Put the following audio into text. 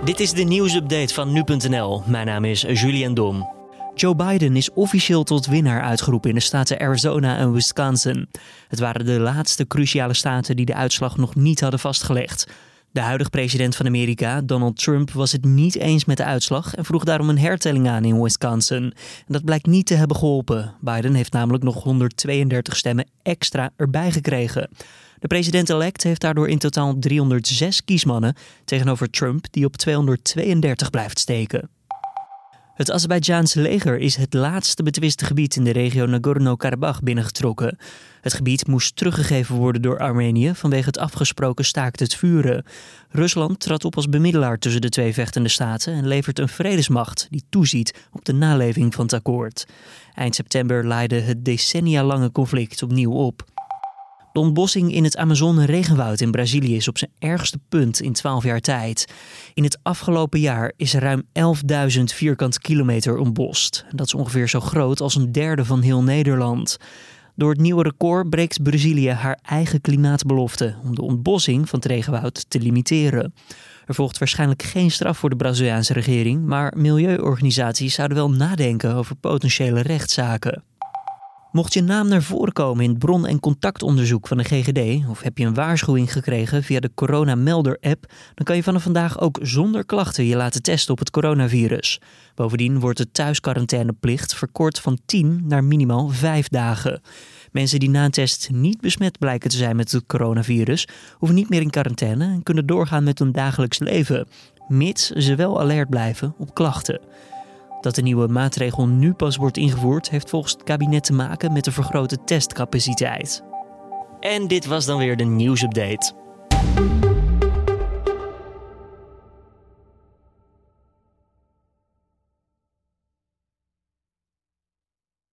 Dit is de nieuwsupdate van nu.nl. Mijn naam is Julian Dom. Joe Biden is officieel tot winnaar uitgeroepen in de staten Arizona en Wisconsin. Het waren de laatste cruciale staten die de uitslag nog niet hadden vastgelegd. De huidige president van Amerika, Donald Trump, was het niet eens met de uitslag en vroeg daarom een hertelling aan in Wisconsin. En dat blijkt niet te hebben geholpen. Biden heeft namelijk nog 132 stemmen extra erbij gekregen. De president-elect heeft daardoor in totaal 306 kiesmannen tegenover Trump, die op 232 blijft steken. Het Azerbeidzjaanse leger is het laatste betwiste gebied in de regio Nagorno-Karabakh binnengetrokken. Het gebied moest teruggegeven worden door Armenië vanwege het afgesproken staakt het vuren. Rusland trad op als bemiddelaar tussen de twee vechtende staten en levert een vredesmacht die toeziet op de naleving van het akkoord. Eind september laaide het decennia-lange conflict opnieuw op. De ontbossing in het Amazone-regenwoud in Brazilië is op zijn ergste punt in 12 jaar tijd. In het afgelopen jaar is er ruim 11.000 vierkante kilometer ontbost. Dat is ongeveer zo groot als een derde van heel Nederland. Door het nieuwe record breekt Brazilië haar eigen klimaatbelofte om de ontbossing van het regenwoud te limiteren. Er volgt waarschijnlijk geen straf voor de Braziliaanse regering, maar milieuorganisaties zouden wel nadenken over potentiële rechtszaken. Mocht je naam naar voren komen in het bron- en contactonderzoek van de GGD... of heb je een waarschuwing gekregen via de Corona Melder-app... dan kan je vanaf vandaag ook zonder klachten je laten testen op het coronavirus. Bovendien wordt de thuisquarantaineplicht verkort van 10 naar minimaal 5 dagen. Mensen die na een test niet besmet blijken te zijn met het coronavirus... hoeven niet meer in quarantaine en kunnen doorgaan met hun dagelijks leven... mits ze wel alert blijven op klachten. Dat de nieuwe maatregel nu pas wordt ingevoerd, heeft volgens het kabinet te maken met de vergrote testcapaciteit. En dit was dan weer de nieuwsupdate.